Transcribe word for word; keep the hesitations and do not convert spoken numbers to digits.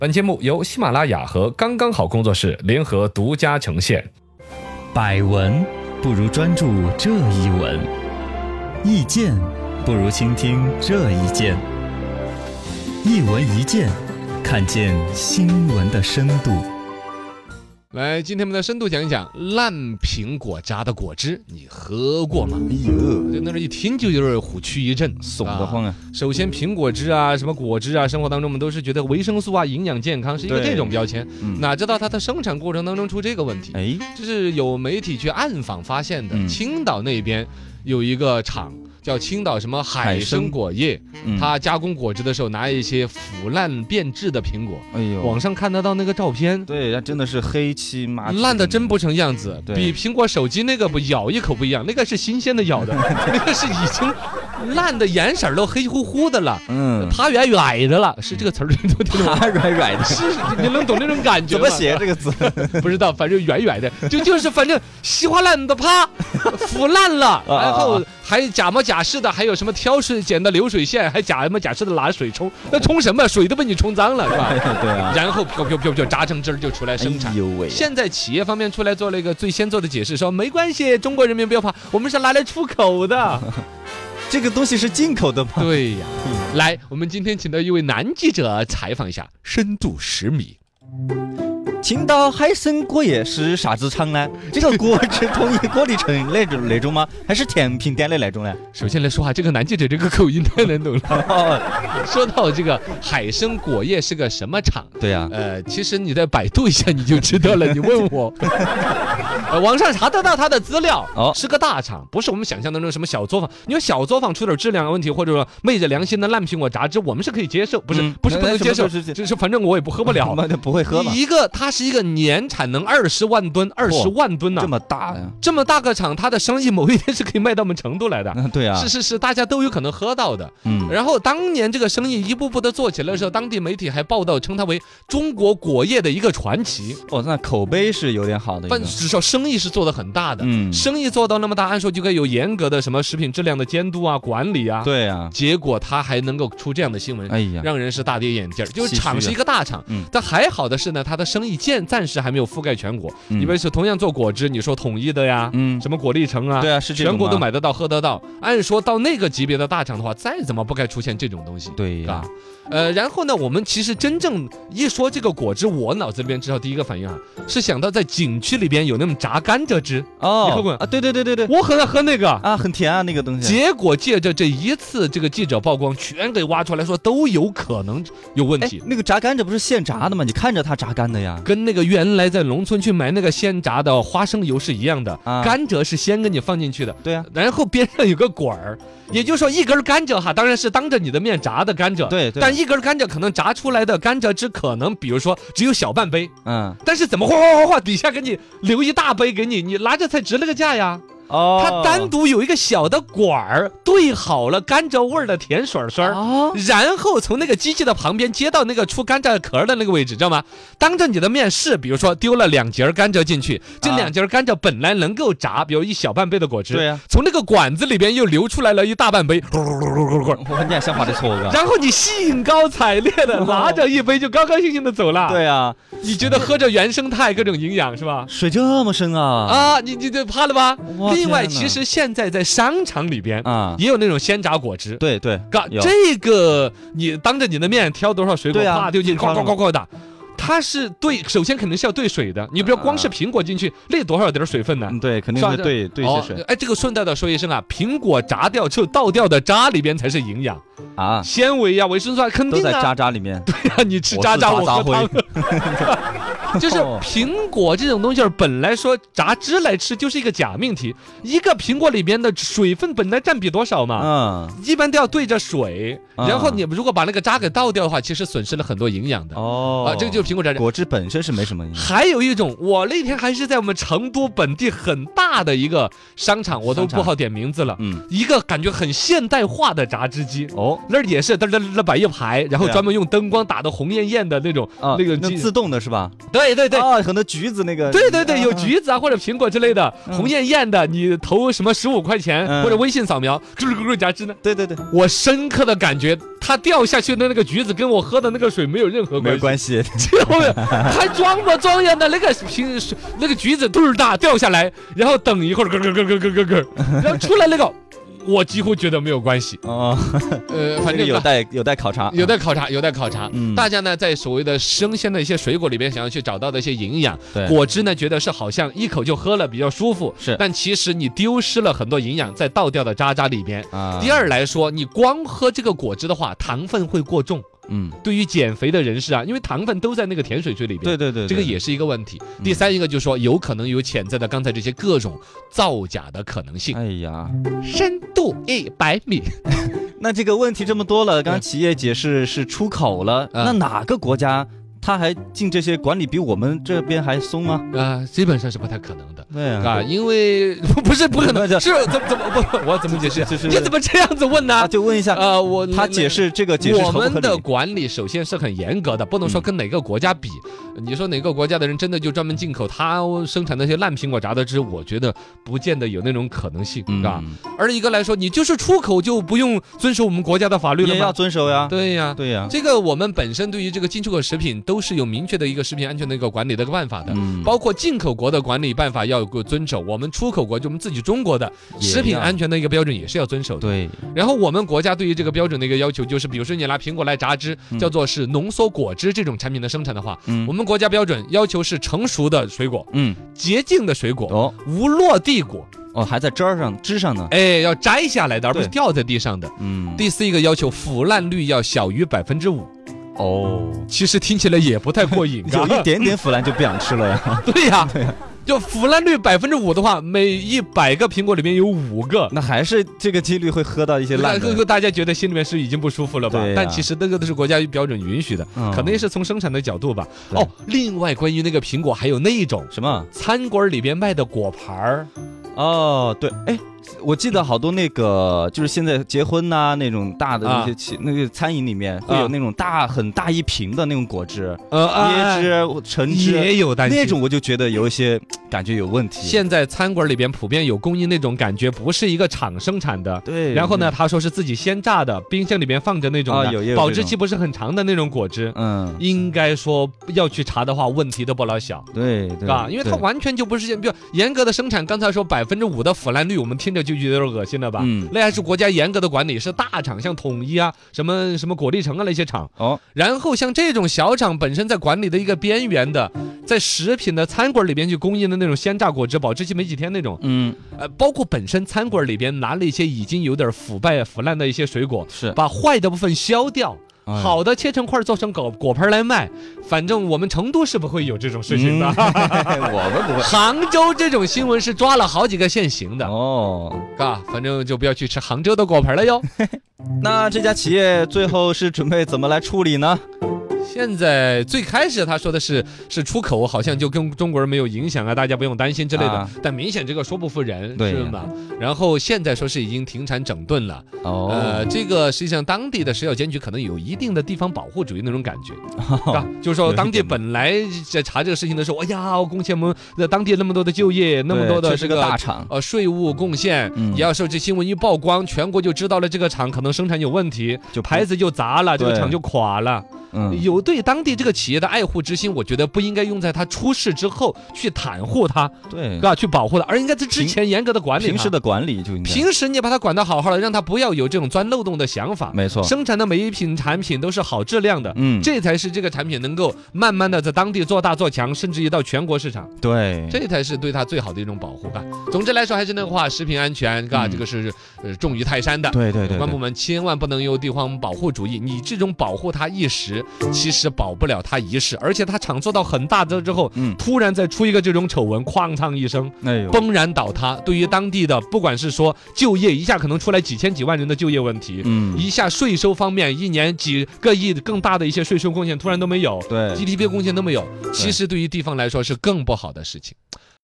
本节目由喜马拉雅和刚刚好工作室联合独家呈现。 百闻不如专注这一闻，意见不如倾听这一见。一闻一见，看见新闻的深度。 来，今天我们的深度讲一讲烂苹果榨的果汁，你喝过吗？ 哎呦， 就那一听就有点虎躯一震， 怂得慌啊！ 啊首先，苹果汁啊，什么果汁啊，生活当中我们都是觉得维生素啊、营养健康是一个这种标签， 嗯、 哪知道它的生产过程当中出这个问题？ 哎， 这是有媒体去暗访发现的。 嗯、 青岛那边有一个厂。叫青岛什么海参果业， 嗯、 它加工果汁的时候拿一些腐烂变质的苹果， 哎呦， 网上看得到那个照片， 对，它真的是黑漆麻， 烂的真不成样子，比苹果手机那个不咬一口不一样，那个是新鲜的咬的，那个是已经烂的颜色都黑乎乎的了，嗯，它软软的了，是这个词儿， 它软软的， 是你能懂那种感觉吗？怎么写这个字？ 不知道，反正软软的，就就是反正稀花烂的啪，腐烂了，然后还假模假式的，还有什么挑水剪的流水线，还假模假式的拿水冲，那冲什么？水都被你冲脏了，是吧？ 对啊。 然后飘飘飘飘榨成汁儿就出来生产。 哎呦喂！ 现在企业方面出来做了一个最先做的解释，说没关系，中国人民不要怕，我们是拿来出口的。 这个东西是进口的吗？ 对呀。嗯、来，我们今天请到一位男记者采访一下，深度十米。 青岛海参果业是啥子厂呢？这个果汁统一果粒橙那种那种吗？还是甜品店的那种呢？ 首先来说啊，这个男记者这个口音太难懂了。说到这个海参果业是个什么厂？ 对呀、啊， 呃，其实你再百度一下你就知道了。你问我，呃，网上查得到他的资料，哦，是个大厂，不是我们想象当中什么小作坊。你说小作坊出点质量问题，或者说昧着良心的烂苹果榨汁，我们是可以接受，不是、嗯、不是不能接受，就是反正我也不喝不了， 不会喝嘛。 一个它是一个年产能二十万吨，二十万吨呐、啊， 这么大呀！ 这么大个厂，它的生意某一天是可以卖到我们成都来的。 嗯、对啊， 是是是，大家都有可能喝到的。 嗯， 然后当年这个生意一步步的做起来的时候，当地媒体还报道称它为中国果业的一个传奇。 哦，那口碑是有点好的， 但至少生意是做得很大的。 嗯， 生意做到那么大，按说就该有严格的什么食品质量的监督啊、管理啊。 对啊， 结果他还能够出这样的新闻， 哎呀， 让人是大跌眼镜。就是厂是一个大厂， 嗯， 但还好的是呢，它的生意渐暂时还没有覆盖全国。 嗯、 你比如说同样做果汁，你说统一的呀，嗯，什么果粒橙啊， 对啊，是全国都买得到、喝得到。按说到那个级别的大厂的话，再怎么不该出现这种东西？ 对呀、 啊。呃，然后呢，我们其实真正一说这个果汁，我脑子里边至少第一个反应啊，是想到在景区里边有那种榨甘蔗汁哦， 你喝过啊？对对对对对， 我很爱喝那个啊，很甜啊那个东西。 结果借着这一次这个记者曝光，全给挖出来说都有可能有问题。 那个榨甘蔗不是现榨的吗？你看着它榨干的呀， 跟那个原来在农村去买那个现榨的花生油是一样的，啊、甘蔗是先给你放进去的， 对啊， 然后边上有个管儿。也就是说，一根甘蔗哈，当然是当着你的面榨的甘蔗， 对，对但一根甘蔗可能榨出来的甘蔗汁可能，比如说只有小半杯， 嗯， 但是怎么哗哗哗哗底下给你留一大杯给你，你拿着才值了个价呀。 哦， 它单独有一个小的管儿兑好了甘蔗味儿的甜水水儿，哦，然后从那个机器的旁边接到那个出甘蔗壳的那个位置，知道吗？当着你的面试，比如说丢了两节甘蔗进去，这两节甘蔗本来能够榨，比如一小半杯的果汁， 对呀， 从那个管子里边又流出来了一大半杯， 我你还想法的错个， 然后你兴高采烈的拿着一杯就高高兴兴的走了， 对啊， 你觉得喝着原生态各种营养是吧？ 水这么深啊啊，你你这怕了吧？另外，其实现在在商场里边啊，也有那种鲜榨果汁。 对对， 这个你当着你的面挑多少水果，啪丢进，呱呱呱呱的。它是兑，首先肯定是要兑水的。你比如光是苹果进去，那多少点水分呢？ 嗯，对，肯定是兑兑一些水。 哎，这个顺带的说一声啊，苹果榨掉之后倒掉的渣里边才是营养啊， 纤维呀、维生素啊，肯定都在渣渣里面。 对呀，你吃渣渣，我喝汤。就是苹果这种东西儿，本来说榨汁来吃就是一个假命题。一个苹果里边的水分本来占比多少嘛？嗯，一般都要对着水，然后你如果把那个渣给倒掉的话，其实损失了很多营养的。哦，啊，这个就是苹果榨汁。 果汁本身是没什么营养。 还有一种，我那天还是在我们成都本地很大的一个商场，我都不好点名字了。嗯，一个感觉很现代化的榨汁机。哦，那儿也是嘚嘚嘚摆一排，然后专门用灯光打得红艳艳的那种那个那自动的是吧？ 对。 对对对， 啊，很多橘子那个， 对对对，有橘子啊或者苹果之类的，红艳艳的，你投什么十五块钱或者微信扫描，咯咯咯加汁呢？ 对对对， 我深刻的感觉，它掉下去的那个橘子跟我喝的那个水没有任何没有关系， 还装模作样的那个瓶那个橘子肚儿大掉下来，然后等一会儿咯咯咯咯咯咯咯，然后出来那个。我几乎觉得没有关系哦， 呃，反正有待有待考察， 有待考察，有待考察。 嗯， 大家呢在所谓的生鲜的一些水果里边，想要去找到的一些营养， 对， 果汁呢觉得是好像一口就喝了比较舒服， 是， 但其实你丢失了很多营养在倒掉的渣渣里边。 啊， 第二来说，你光喝这个果汁的话，糖分会过重。 嗯， 对于减肥的人士啊，因为糖分都在那个甜水水里边， 对对 对, 对， 这个也是一个问题。嗯、第三一个就是说，有可能有潜在的刚才这些各种造假的可能性。 哎呀， 深度一百米， 那这个问题这么多了，刚刚企业解释是出口了，嗯、那哪个国家？他还进这些管理比我们这边还松吗？ 啊、呃，基本上是不太可能的。 对啊， 啊，因为不是不可能，是怎么怎么不？我怎么解释？ 就是你怎么这样子问呢？ 啊、就问一下， 呃，我他解释这个解释合不合理？ 我们的管理首先是很严格的，不能说跟哪个国家比。嗯、你说哪个国家的人真的就专门进口他生产那些烂苹果榨的汁？我觉得不见得有那种可能性， 嗯、 啊。而一个来说，你就是出口就不用遵守我们国家的法律了吗？ 也要遵守呀。 对呀， 对呀。 这个我们本身对于这个进出口食品都是有明确的一个食品安全的一个管理的一个办法的， 嗯、 包括进口国的管理办法要遵守，我们出口国就我们自己中国的食品安全的一个标准也是要遵守的。 对。 然后我们国家对于这个标准的一个要求就是，比如说你拿苹果来榨汁， 嗯、 叫做是浓缩果汁这种产品的生产的话， 嗯、 我们国家标准要求是成熟的水果， 嗯， 洁净的水果， 哦， 无落地果。 哦，还在枝儿上、枝上呢。 哎，要摘下来的，而不是掉在地上的。 嗯。 第四一个要求，腐烂率要小于百分之五。 哦， 其实听起来也不太过瘾， 有一点点腐烂就不想吃了呀。 对呀， 对呀。 就腐烂率百分之五的话，每一百个苹果里面有五个， 那还是这个几率会喝到一些烂的。 大家觉得心里面是已经不舒服了吧？但其实那个都是国家标准允许的， 嗯、 可能也是从生产的角度吧。哦，另外关于那个苹果，还有那一种什么餐馆里边卖的果盘儿。 哦，对，哎。我记得好多那个，就是现在结婚呐、啊、那种大的那些企、啊、那个餐饮里面会有那种大、啊、很大一瓶的那种果汁， 呃， 椰汁、橙汁也有担心， 那种我就觉得有一些感觉有问题。 现在餐馆里边普遍有供应那种感觉不是一个厂生产的， 对。 然后呢，他说是自己先榨的，冰箱里边放着那种的， 啊、有有保质期不是很长的那种果汁。 嗯， 应该说要去查的话，问题都不老小。 对对啊，因为它完全就不是比如严格的生产。刚才说百分之五的腐烂率，我们听着就觉得有点恶心了吧？ 嗯， 那还是国家严格的管理，是大厂，像统一啊、什么什么果粒橙啊那些厂。 哦， 然后像这种小厂本身在管理的一个边缘的，在食品的餐馆里边去供应的那种鲜榨果汁，保质期没几天那种。 嗯， 呃，包括本身餐馆里边拿了一些已经有点腐败、腐烂的一些水果， 是把坏的部分削掉。好的切成块做成果果盘来卖，反正我们成都是不会有这种事情的， 嗯、我们不会。 杭州这种新闻是抓了好几个现行的哦， 嘎，反正就不要去吃杭州的果盘了哟。 那这家企业最后是准备怎么来处理呢？ 现在最开始他说的是是出口，好像就跟中国人没有影响啊，大家不用担心之类的。啊、但明显这个说不服人， 对是吗？然后现在说是已经停产整顿了。 哦， 呃，这个实际上当地的食药监局可能有一定的地方保护主义那种感觉，哦、啊，就是说当地本来在查这个事情的时候，哎呀，我贡献我们的当地那么多的就业，那么多的这个大厂， 呃，税务贡献，嗯、也要受这新闻一曝光，全国就知道了这个厂可能生产有问题， 就牌子就砸了，这个厂就垮了。 嗯， 有对当地这个企业的爱护之心，我觉得不应该用在它出事之后去袒护它， 对， 啊，去保护它，而应该在之前严格的管理它。 平时的管理就应该， 平时你把它管得好好的，让它不要有这种钻漏洞的想法。 没错， 生产的每一品产品都是好质量的， 嗯， 这才是这个产品能够慢慢的在当地做大做强，甚至于到全国市场。 对， 这才是对它最好的一种保护吧。总之来说，还是那个话，食品安全，嘎、嗯，这个是呃重于泰山的。 对对 对, 对， 有关部门千万不能有地方保护主义，你这种保护它一时，其实保不了它一世，而且它厂做到很大的之后， 嗯， 突然再出一个这种丑闻，哐当一声， 哎呦， 崩然倒塌。对于当地的，不管是说就业一下可能出来几千几万人的就业问题， 嗯， 一下税收方面一年几个亿更大的一些税收贡献突然都没有， 对 ，G D P 贡献都没有，其实对于地方来说是更不好的事情。